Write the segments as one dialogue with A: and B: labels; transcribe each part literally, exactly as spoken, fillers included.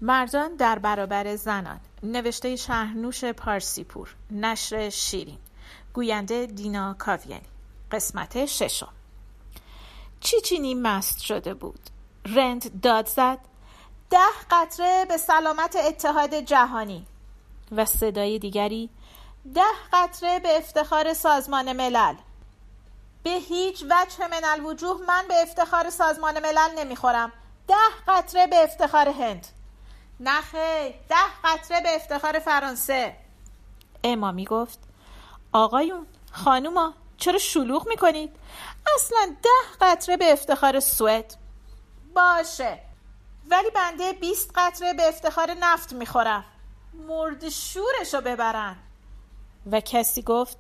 A: مردان در برابر زنان، نوشته شهرنوش پارسیپور، نشر شیرین، گوینده دینا کاویانی. قسمت ششم. چیچینی مست شده بود. رند داد زد: ده قطره به سلامت اتحاد جهانی. و صدای دیگری: ده قطره به افتخار سازمان ملل. به هیچ وجه من الوجوه من به افتخار سازمان ملل نمیخورم. ده قطره به افتخار هند. نخیر، ده قطره به افتخار فرانسه. امامی گفت: آقایون، خانوما، چرا شلوغ میکنید؟ اصلا ده قطره به افتخار سوئد. باشه، ولی بنده بیست قطره به افتخار نفت میخورم. مرد شورشو ببرن. و کسی گفت: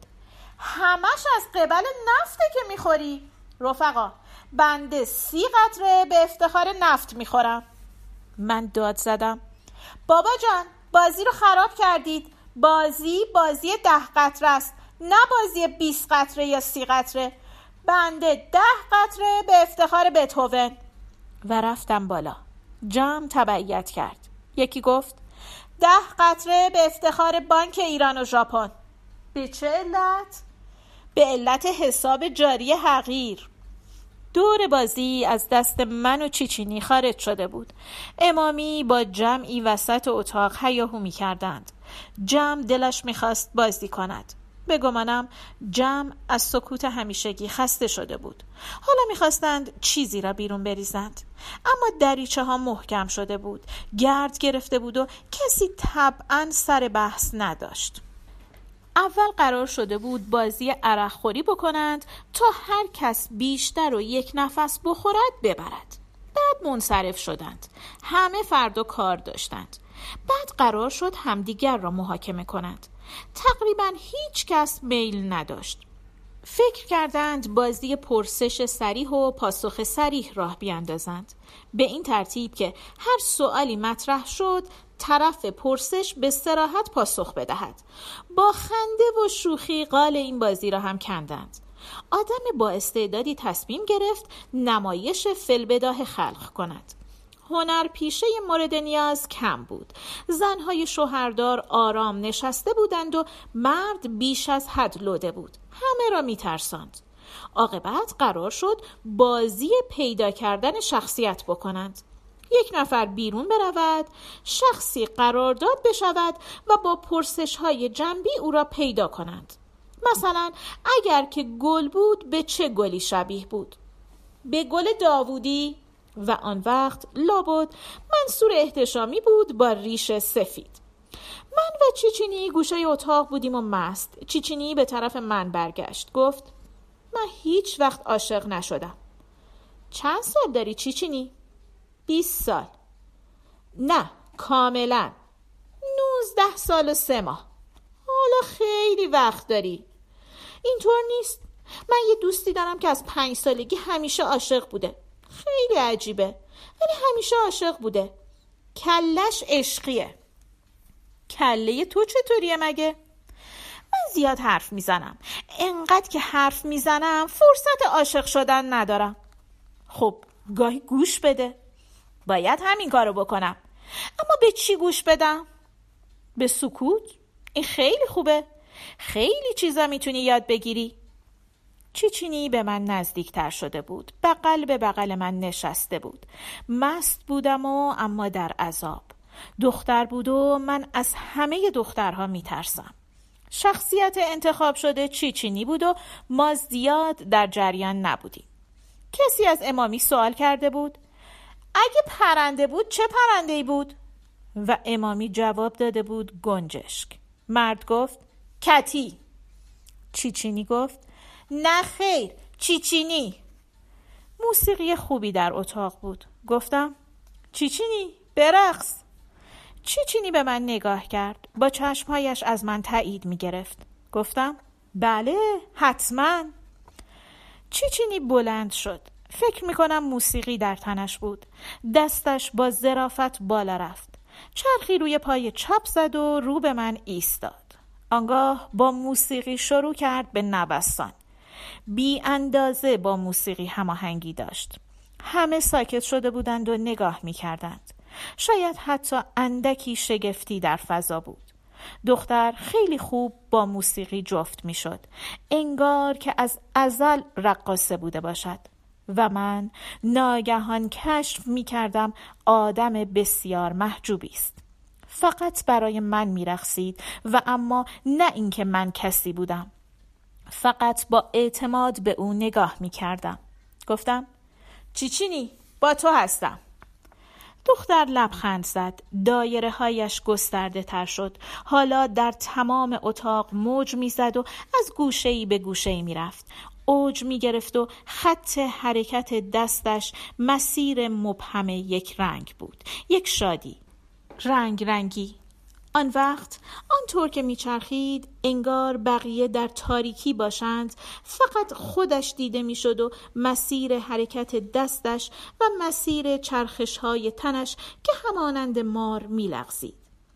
A: همش از قبل نفته که میخوری. رفقا، بنده سی قطره به افتخار نفت میخورم. من داد زدم: بابا جان، بازی رو خراب کردید. بازی بازی ده قطره است، نه بازی بیست قطره یا سی قطره. بنده ده قطره به افتخار بتهوون. و رفتم بالا. جمع تبعیت کرد. یکی گفت: ده قطره به افتخار بانک ایران و ژاپن. به چه علت؟ به علت حساب جاری حقیر. دور بازی از دست من و چیچینی خارج شده بود. امامی با جمعی وسط اتاق هیاهو می کردند. جمع دلش می خواست بازی کند. به گمانم جمع از سکوت همیشگی خسته شده بود. حالا می خواستند چیزی را بیرون بریزند. اما دریچه ها محکم شده بود. گرد گرفته بود و کسی طبعاً سر بحث نداشت. اول قرار شده بود بازی عرق خوری بکنند تا هر کس بیشتر و یک نفس بخورد ببرد. بعد منصرف شدند. همه فردا کار داشتند. بعد قرار شد همدیگر را محاکمه کنند. تقریبا هیچ کس میل نداشت. فکر کردند بازی پرسش صریح و پاسخ صریح راه بیاندازند. به این ترتیب که هر سوالی مطرح شد طرف پرسش به صراحت پاسخ بدهد. با خنده و شوخی قال این بازی را هم کندند. آدم با استعدادی تصمیم گرفت نمایش فی‌البداهه خلق کند. هنر پیشه مورد نیاز کم بود. زنهای شوهردار آرام نشسته بودند و مرد بیش از حد لوده بود. همه را می ترساند. عاقبت قرار شد بازی پیدا کردن شخصیت بکنند. یک نفر بیرون برود، شخصی قرارداد بشود و با پرسش های جنبی او را پیدا کنند. مثلا اگر که گل بود به چه گلی شبیه بود؟ به گل داوودی؟ و آن وقت لابد منصور احتشامی بود با ریش سفید. من و چیچینی گوشه اتاق بودیم و مست. چیچینی به طرف من برگشت. گفت: من هیچ وقت عاشق نشدم. چند سال داری چیچینی؟ بیست سال. نه، کاملا نوزده سال و سه ماه. حالا خیلی وقت داری. اینطور نیست. من یه دوستی دارم که از پنج سالگی همیشه عاشق بوده. خیلی عجیبه، ولی همیشه عاشق بوده. کلش عشقیه. کله تو چطوریه مگه؟ من زیاد حرف میزنم. انقدر که حرف میزنم فرصت عاشق شدن ندارم. خب گاهی گوش بده. باید همین کارو بکنم. اما به چی گوش بدم؟ به سکوت؟ این خیلی خوبه. خیلی چیزا میتونی یاد بگیری. چیچینی به من نزدیکتر شده بود. بغل به بغل من نشسته بود. مست بودم و اما در عذاب. دختر بود و من از همه دخترها میترسم. شخصیت انتخاب شده چیچینی بود و ما زیاد در جریان نبودیم. کسی از امامی سوال کرده بود: اگه پرنده بود چه پرنده‌ای بود؟ و امامی جواب داده بود: گنجشک. مرد گفت: کتی. چیچینی گفت: نه خیر، چیچینی. موسیقی خوبی در اتاق بود. گفتم: چیچینی، برقص. چیچینی به من نگاه کرد. با چشمهایش از من تایید می گرفت. گفتم: بله، حتما. چیچینی بلند شد. فکر می کنم موسیقی در تنش بود. دستش با ظرافت بالا رفت. چرخی روی پای چپ زد و رو به من ایستاد. آنگاه با موسیقی شروع کرد به نوستان. بی اندازه با موسیقی هماهنگی داشت. همه ساکت شده بودند و نگاه می کردند. شاید حتی اندکی شگفتی در فضا بود. دختر خیلی خوب با موسیقی جفت می شد، انگار که از ازل رقاصه بوده باشد و من ناگهان کشف می کردم آدم بسیار محجوبی است. فقط برای من می رقصید و اما نه اینکه من کسی بودم. فقط با اعتماد به او نگاه می کردم. گفتم چیچینی، با تو هستم. دختر لبخند زد. دایره هایش گسترده تر شد. حالا در تمام اتاق موج می زد و از گوشه‌ای به گوشه‌ای می رفت. اوج می گرفت و خط حرکت دستش مسیر مبهم یک رنگ بود. یک شادی. رنگ رنگی. آن وقت آنطور که میچرخید انگار بقیه در تاریکی باشند، فقط خودش دیده میشد و مسیر حرکت دستش و مسیر چرخش‌های تنش که همانند مار میلغزید.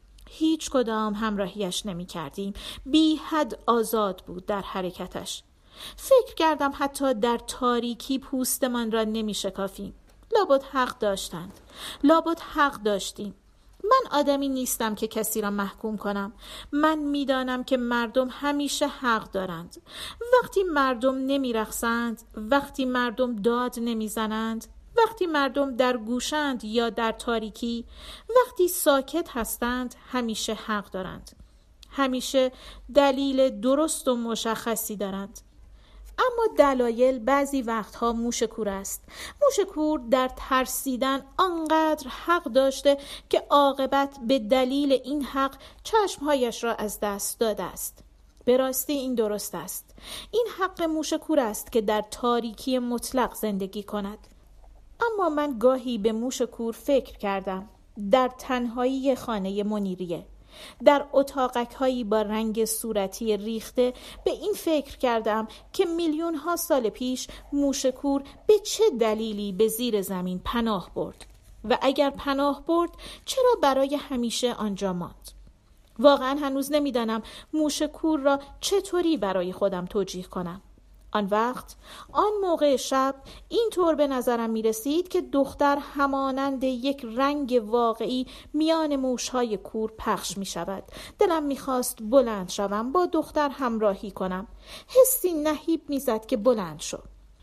A: هیچ کدام همراهیش نمی کردیم. بی حد آزاد بود در حرکتش. فکر کردم حتی در تاریکی پوستمان را نمی شکافیم. لابد حق داشتند. لابد حق داشتیم. من آدمی نیستم که کسی را محکوم کنم. من میدانم که مردم همیشه حق دارند. وقتی مردم نمی رقصند، وقتی مردم داد نمی زنند، وقتی مردم در گوشند یا در تاریکی، وقتی ساکت هستند، همیشه حق دارند. همیشه دلیل درست و مشخصی دارند. اما دلایل بعضی وقتها موشکور است. موشکور در ترسیدن آنقدر حق داشته که عاقبت به دلیل این حق چشمهایش را از دست داده است. به راستی این درست است. این حق موشکور است که در تاریکی مطلق زندگی کند. اما من گاهی به موشکور فکر کردم. در تنهایی خانه منیریه، در اتاقک هایی با رنگ صورتی ریخته، به این فکر کردم که میلیون ها سال پیش موشکور به چه دلیلی به زیر زمین پناه برد و اگر پناه برد چرا برای همیشه آنجا ماند. واقعا هنوز نمیدانم موشکور را چطوری برای خودم توجیه کنم. آن وقت، آن موقع شب اینطور به نظرم می رسید که دختر همانند یک رنگ واقعی میان موشهای کور پخش می شود. دلم می خواست بلند شوم، با دختر همراهی کنم. حسی نهیب می زد که بلند شو.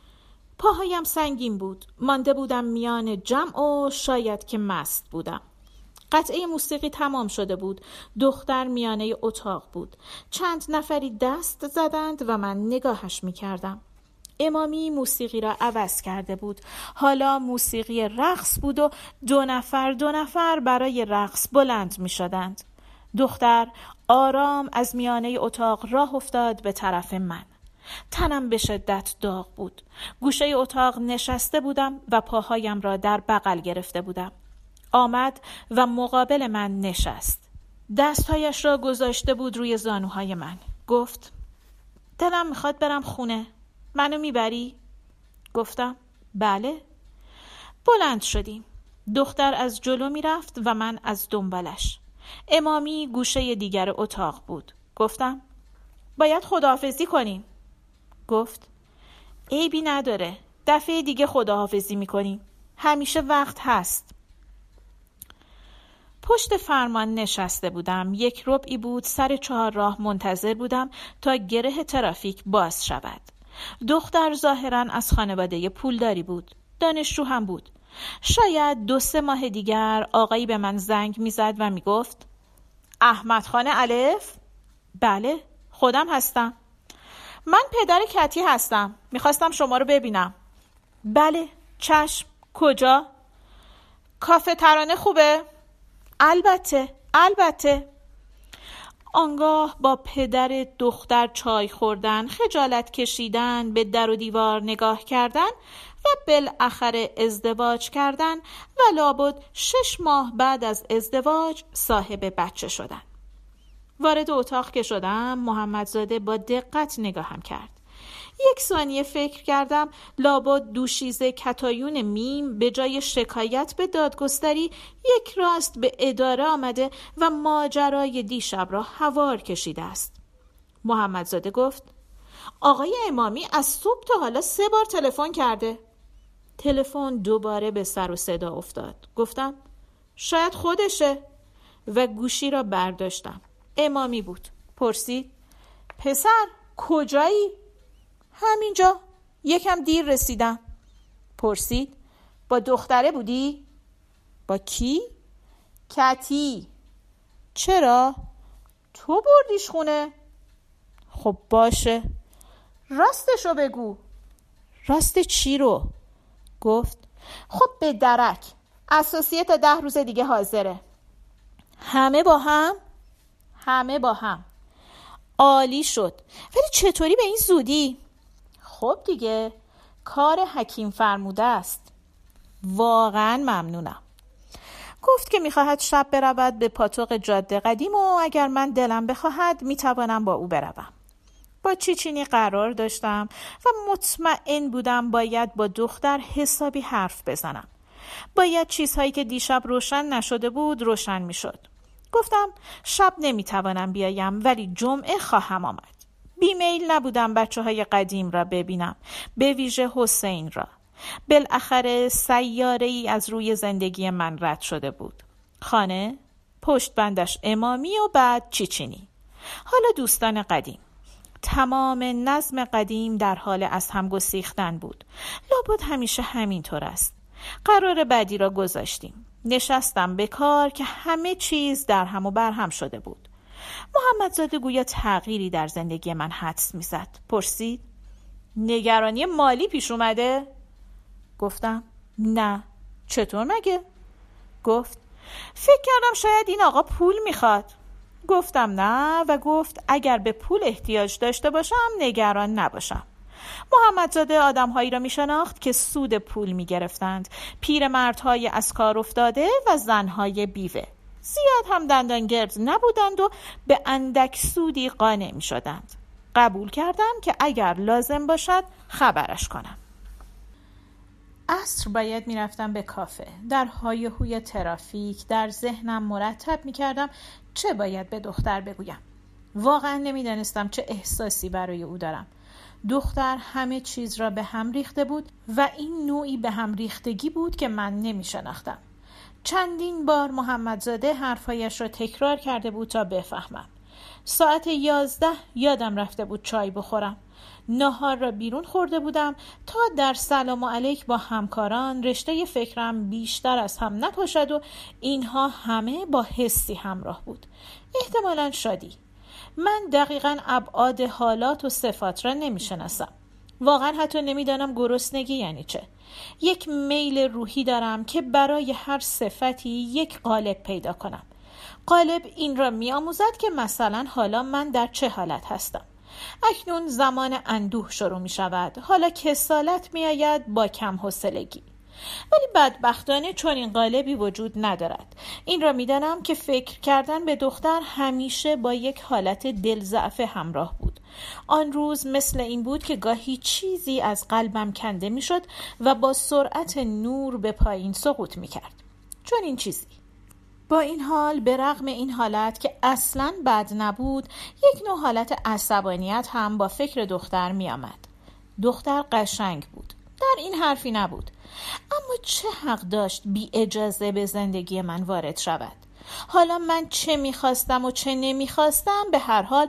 A: پاهایم سنگین بود. مانده بودم میان جمع و شاید که مست بودم. قطعه موسیقی تمام شده بود. دختر میانه اتاق بود. چند نفری دست زدند و من نگاهش میکردم. امامی موسیقی را عوض کرده بود. حالا موسیقی رقص بود و دو نفر دو نفر برای رقص بلند میشدند. دختر آرام از میانه اتاق راه افتاد به طرف من. تنم به شدت داغ بود. گوشه اتاق نشسته بودم و پاهایم را در بغل گرفته بودم. آمد و مقابل من نشست. دستهایش را گذاشته بود روی زانوهای من. گفت دلم میخواد برم خونه. منو میبری؟ گفتم بله. بلند شدیم. دختر از جلو میرفت و من از دنبالش. امامی گوشه دیگر اتاق بود. گفتم باید خداحافظی کنیم. گفت عیبی نداره. دفعه دیگه خداحافظی میکنیم. همیشه وقت هست. پشت فرمان نشسته بودم. یک ربعی بود سر چهارراه منتظر بودم تا گره ترافیک باز شود. دختر ظاهراً از خانواده پولداری بود. دانشجو هم بود. شاید دو سه ماه دیگر آقایی به من زنگ میزد و میگفت احمد خان الف؟ بله، خودم هستم. من پدر کتی هستم. میخواستم شما رو ببینم. بله، چشم. کجا؟ کافه ترانه خوبه؟ البته، البته. آنگاه با پدر دختر چای خوردن، خجالت کشیدن، به در و دیوار نگاه کردن و بالاخره ازدواج کردن و لابد شش ماه بعد از ازدواج صاحب بچه شدن. وارد اتاق که شدم، محمدزاده با دقت نگاهم کرد. یک ثانیه فکر کردم لابد دوشیزه کتایون میم به جای شکایت به دادگستری یک راست به اداره آمده و ماجرای دیشب را هوار کشیده است. محمدزاده گفت آقای امامی از صبح تا حالا سه بار تلفن کرده. تلفن دوباره به سر و صدا افتاد. گفتم شاید خودشه. و گوشی را برداشتم. امامی بود. پرسید پسر کجایی؟ همینجا، یکم دیر رسیدم. پرسید با دختره بودی؟ با کی؟ کتی. چرا؟ تو بردیش خونه؟ خب باشه. راستشو بگو. راست چی رو؟ گفت خب به درک، اساسیه تا ده روز دیگه حاضره. همه با هم؟ همه با هم. عالی شد. ولی چطوری به این زودی؟ خب دیگه کار حکیم فرموده است. واقعا ممنونم. گفت که میخواهد شب برود به پاتوق جاده قدیم و اگر من دلم بخواهد میتوانم با او بروم. با چیچینی قرار داشتم و مطمئن بودم باید با دختر حسابی حرف بزنم. باید چیزهایی که دیشب روشن نشده بود روشن میشد. گفتم شب نمیتوانم بیایم ولی جمعه خواهم آمد. بیمیل نبودم بچه های قدیم را ببینم، به ویژه حسین را. بالاخره سیاره ای از روی زندگی من رد شده بود. خانه، پشت بندش امامی و بعد چیچینی. حالا دوستان قدیم. تمام نظم قدیم در حال از هم گسیختن بود. لابد همیشه همینطور است. قرار بعدی را گذاشتیم. نشستم به کار که همه چیز در هم و بر هم شده بود. محمدزاده گویا تغییری در زندگی من حدس می‌زد. پرسید نگرانی مالی پیش اومده؟ گفتم نه. چطور مگه؟ گفت فکر کردم شاید این آقا پول میخواد. گفتم نه و گفت اگر به پول احتیاج داشته باشم نگران نباشم. محمدزاده آدم‌هایی را می‌شناخت که سود پول می‌گرفتند، پیرمردهای از کار افتاده و زن‌های بیوه. زیاد هم دندانگرد نبودند و به اندک سودی قانع می‌شدند. قبول کردم که اگر لازم باشد خبرش کنم. عصر باید می‌رفتم به کافه. در های هوی ترافیک در ذهنم مرتب می‌کردم چه باید به دختر بگویم. واقعا نمی‌دانستم چه احساسی برای او دارم. دختر همه چیز را به هم ریخته بود و این نوعی به هم ریختگی بود که من نمی شناختم. چندین بار محمدزاده حرفایش را تکرار کرده بود تا بفهمم. ساعت یازده یادم رفته بود چای بخورم. ناهار را بیرون خورده بودم تا در سلام علیک با همکاران رشته فکرم بیشتر از هم نپاشد و اینها همه با حسی همراه بود. احتمالاً شادی. من دقیقاً ابعاد حالات و صفات را نمی‌شناسم. واقعاً حتی نمی‌دانم گرسنگی یعنی چه. یک میل روحی دارم که برای هر صفتی یک قالب پیدا کنم. قالب این را می‌آموزد که مثلا حالا من در چه حالت هستم. اکنون زمان اندوه شروع می‌شود. حالا کسالت می‌آید با کم حوصلگی. ولی بدبختانه چون این قالبی وجود ندارد. این را میدانم که فکر کردن به دختر همیشه با یک حالت دلضعف همراه بود. آن روز مثل این بود که گاهی چیزی از قلبم کنده میشد و با سرعت نور به پایین سقوط میکرد. چون این چیزی. با این حال به رغم این حالت که اصلاً بد نبود، یک نوع حالت عصبانیت هم با فکر دختر میآمد. دختر قشنگ بود. در این حرفی نبود. اما چه حق داشت بی اجازه به زندگی من وارد شود؟ حالا من چه میخواستم و چه نمیخواستم به هر حال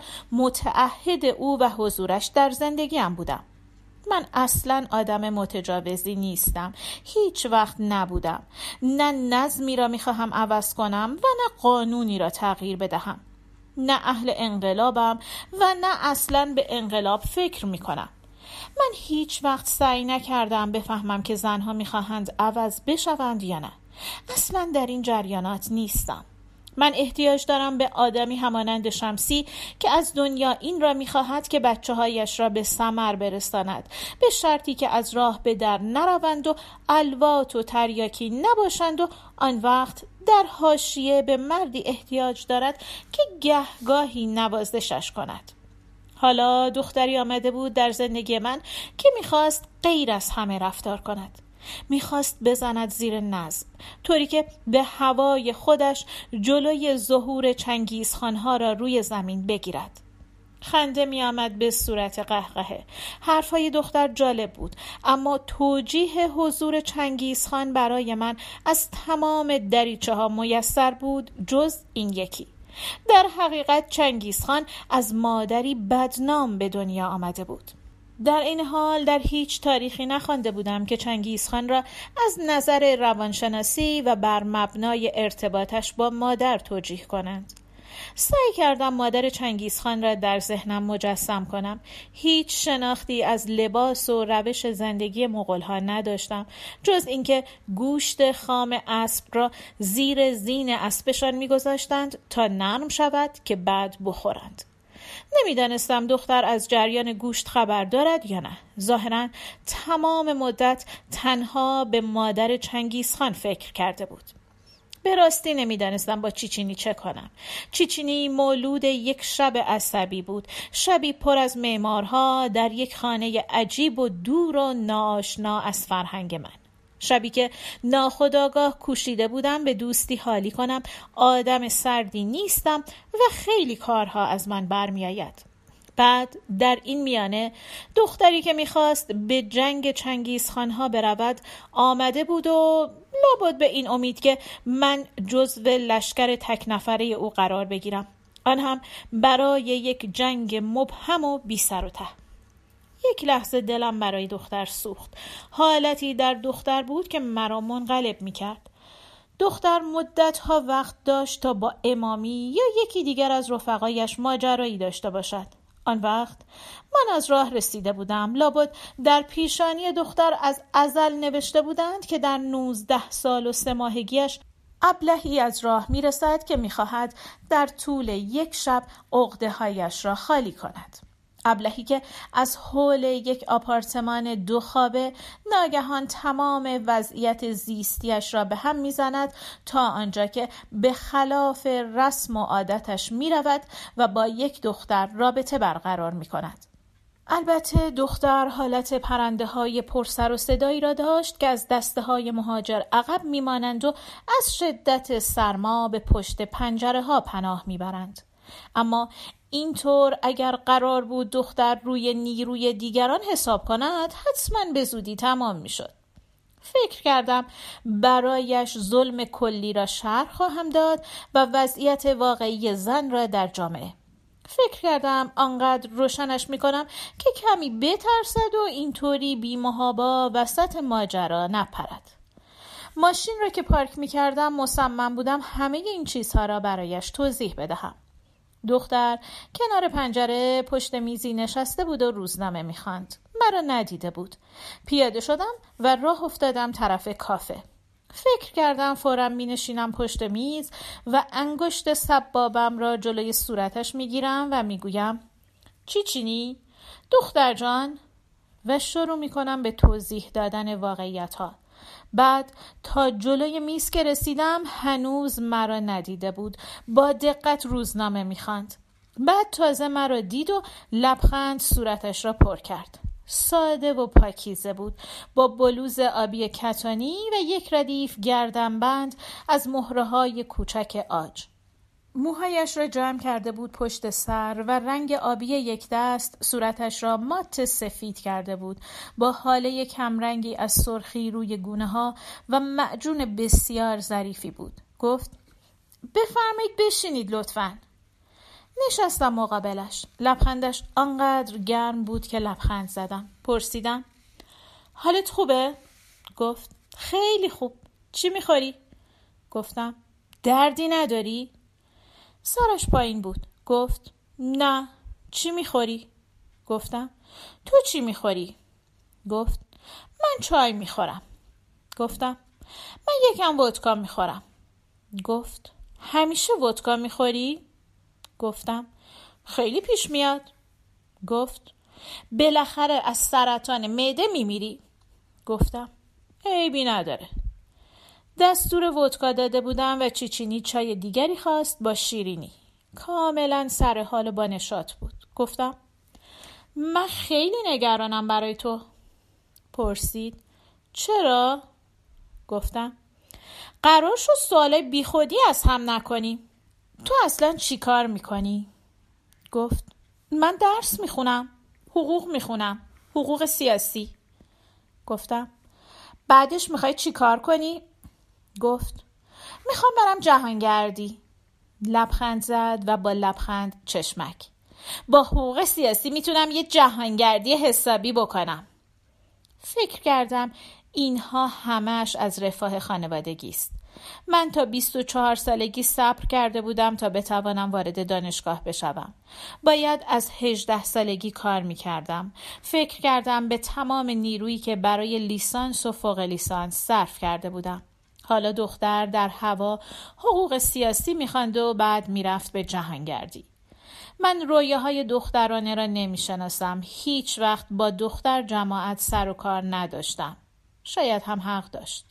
A: متعهد او و حضورش در زندگیم بودم. من اصلاً آدم متجاوزی نیستم. هیچ وقت نبودم. نه نظمی را میخواهم عوض کنم و نه قانونی را تغییر بدهم. نه اهل انقلابم و نه اصلاً به انقلاب فکر میکنم. من هیچ وقت سعی نکردم بفهمم که زنها میخواهند عوض بشوند یا نه. اصلا در این جریانات نیستم. من احتیاج دارم به آدمی همانند شمسی که از دنیا این را میخواهد که بچه هایش را به ثمر برساند، به شرطی که از راه به در نروند و الوات و تریاکی نباشند و آن وقت در حاشیه به مردی احتیاج دارد که گهگاهی نوازشش کند. حالا دختری آمده بود در زندگی من که میخواست غیر از همه رفتار کند. میخواست بزند زیر نظم، طوری که به هوای خودش جلوی ظهور چنگیزخانها را روی زمین بگیرد. خنده می آمد به صورت قهقهه. حرفای دختر جالب بود، اما توجیه حضور چنگیزخان برای من از تمام دریچه ها میسر بود جز این یکی. در حقیقت چنگیزخان از مادری بدنام به دنیا آمده بود. در این حال در هیچ تاریخی نخوانده بودم که چنگیزخان را از نظر روانشناسی و بر مبنای ارتباطش با مادر توجیه کنند. سعی کردم مادر چنگیزخان را در ذهنم مجسم کنم. هیچ شناختی از لباس و روش زندگی مغول‌ها نداشتم جز اینکه گوشت خام اسب را زیر زین اسبشان می‌گذاشتند تا نرم شود که بعد بخورند. نمیدانستم دختر از جریان گوشت خبر دارد یا نه. ظاهراً تمام مدت تنها به مادر چنگیزخان فکر کرده بود. به راستی نمیدانستم با چیچینی چه کنم. چیچینی مولود یک شب عصبی بود، شبی پر از معمارها در یک خانه عجیب و دور و ناآشنا از فرهنگ من. شبی که ناخودآگاه کوشیده بودم به دوستی حالی کنم. آدم سردی نیستم و خیلی کارها از من برمی آید. بعد در این میانه دختری که میخواست به جنگ چنگیزخانها برود آمده بود و لابد به این امید که من جزو لشکر تک نفره او قرار بگیرم، آن هم برای یک جنگ مبهم و بی سر و ته. یک لحظه دلم برای دختر سوخت. حالتی در دختر بود که مرا منقلب میکرد. دختر مدتها وقت داشت تا با امامی یا یکی دیگر از رفقایش ماجرایی داشته باشد. آن وقت من از راه رسیده بودم. لابد در پیشانی دختر از ازل نوشته بودند که در نوزده سال و سه ماهگیش ابلهی از راه میرسد که میخواهد در طول یک شب عقده هایش را خالی کند. ابلهی که از حول یک آپارتمان دو خوابه ناگهان تمام وضعیت زیستیش را به هم میزند تا آنجا که به خلاف رسم و عادتش میرود و با یک دختر رابطه برقرار میکند. البته دختر حالت پرنده های پرسر و صدایی را داشت که از دسته های مهاجر عقب میمانند و از شدت سرما به پشت پنجره ها پناه میبرند. اما اینطور اگر قرار بود دختر روی نیروی دیگران حساب کند حتما به زودی تمام می شد. فکر کردم برایش ظلم کلی را شرح خواهم داد و وضعیت واقعی زن را در جامعه. فکر کردم آنقدر روشنش می کنم که کمی بترسد و اینطوری بی محابا وسط ماجرا نپرد. ماشین را که پارک می کردم مصمم بودم همه این چیزها را برایش توضیح بدهم. دختر کنار پنجره پشت میزی نشسته بود و روزنامه می‌خواند. مرا ندیده بود. پیاده شدم و راه افتادم طرف کافه. فکر کردم فوراً می‌نشینم پشت میز و انگشت سبابم را جلوی صورتش می‌گیرم و می‌گویم چیچینی؟ دختر جان؟ و شروع می‌کنم به توضیح دادن واقعیت‌ها. بعد تا جلوی میز که رسیدم هنوز مرا ندیده بود. با دقت روزنامه میخواند. بعد تازه مرا دید و لبخند صورتش را پر کرد. ساده و پاکیزه بود، با بلوز آبی کتانی و یک ردیف گردنبند از مهره‌های کوچک عاج. موهایش را جمع کرده بود پشت سر و رنگ آبی یک دست صورتش را مات سفید کرده بود، با حاله کمرنگی از سرخی روی گونه ها و معجون بسیار ظریفی بود. گفت بفرمایید بشینید لطفاً. نشستم مقابلش. لبخندش آنقدر گرم بود که لبخند زدم. پرسیدم حالت خوبه؟ گفت خیلی خوب. چی میخوری؟ گفتم دردی نداری؟ سرش پایین بود. گفت نه. چی میخوری؟ گفتم تو چی میخوری؟ گفت من چای میخورم. گفتم من یکم ودکا میخورم. گفت همیشه ودکا میخوری؟ گفتم خیلی پیش میاد. گفت بالاخره از سرطان معده میمیری؟ گفتم عیبی نداره. دستور ودکا داده بودم و چیچینی چای دیگری خواست با شیرینی. کاملا سر حال با نشاط بود. گفتم من خیلی نگرانم برای تو. پرسید چرا؟ گفتم قرار شد سوالای بی خودی از هم نکنیم. تو اصلا چی کار میکنی؟ گفت من درس میخونم، حقوق میخونم، حقوق سیاسی. گفتم بعدش میخوای چی کار کنی؟ گفت میخوام برم جهانگردی. لبخند زد و با لبخند چشمک. با حقوق سیاسی میتونم یه جهانگردی حسابی بکنم. فکر کردم اینها همش از رفاه خانوادگی است. من تا بیست و چهار سالگی صبر کرده بودم تا بتوانم وارد دانشگاه بشوم. باید از هجده سالگی کار میکردم. فکر کردم به تمام نیرویی که برای لیسانس و فوق لیسانس صرف کرده بودم. حالا دختر در هوا حقوق سیاسی میخواند و بعد میرفت به جهانگردی. من رویاهای دخترانه را نمیشناسم. هیچ وقت با دختر جماعت سر و کار نداشتم. شاید هم حق داشت.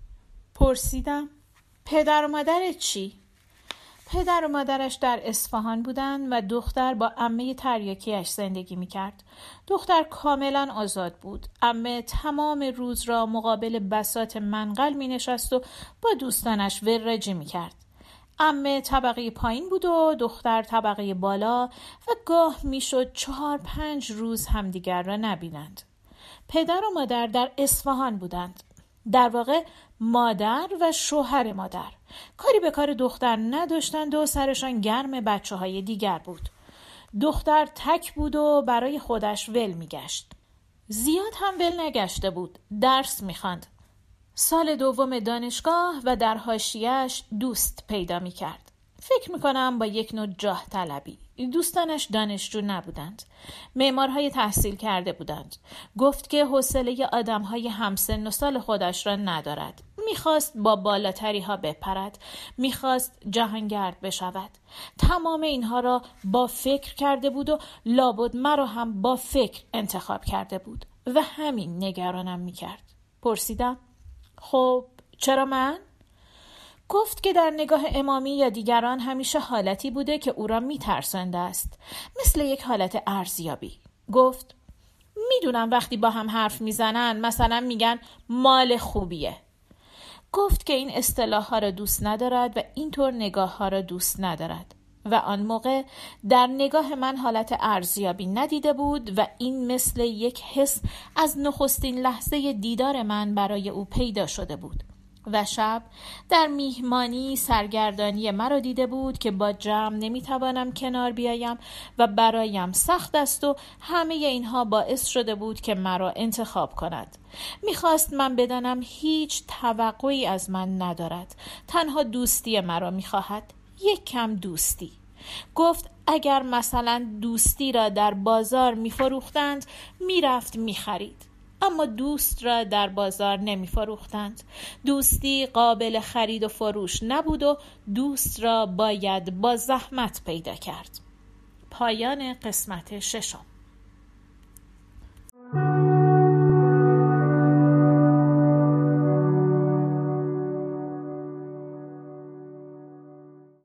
A: پرسیدم پدر و مادرت چی؟ پدر و مادرش در اصفهان بودند و دختر با عمه تریاکیش زندگی میکرد. دختر کاملا آزاد بود. عمه تمام روز را مقابل بساط منقل مینشست و با دوستانش ورجی میکرد. عمه طبقه پایین بود و دختر طبقه بالا و گاه میشد چهار پنج روز همدیگر را نبینند. پدر و مادر در اصفهان بودند. در واقع مادر و شوهر مادر کاری به کار دختر نداشتند و سرشان گرم بچه های دیگر بود. دختر تک بود و برای خودش ول میگشت. زیاد هم ول نگشته بود. درس میخواند. سال دوم دانشگاه و در حاشیه‌اش دوست پیدا میکرد. فکر میکنم با یک نوع جاه طلبی. دوستانش دانشجو نبودند. معمارهای تحصیل کرده بودند. گفت که حوصله آدمهای همسن و سال خودش را ندارد. میخواست با بالاتری ها بپرد. میخواست جهانگرد بشود. تمام اینها را با فکر کرده بود و لابد مرا هم با فکر انتخاب کرده بود و همین نگرانم میکرد. پرسیدم خب چرا من؟ گفت که در نگاه امامی یا دیگران همیشه حالتی بوده که او را میترسانده است، مثل یک حالت ارزیابی. گفت میدونم وقتی با هم حرف میزنن مثلا میگن مال خوبیه. گفت که این اصطلاح ها را دوست ندارد و اینطور نگاه ها را دوست ندارد و آن موقع در نگاه من حالت ارزیابی ندیده بود و این مثل یک حس از نخستین لحظه دیدار من برای او پیدا شده بود. و شب در میهمانی سرگردانی مرا دیده بود که با جمع نمیتوانم کنار بیایم و برایم سخت است و همه اینها باعث شده بود که مرا انتخاب کند. میخواست من بدانم هیچ توقعی از من ندارد، تنها دوستی مرا میخواهد، یک کم دوستی. گفت اگر مثلا دوستی را در بازار میفروختند میرفت میخرید، اما دوست را در بازار نمی فروختند. دوستی قابل خرید و فروش نبود و دوست را باید با زحمت پیدا کرد. پایان قسمت ششم.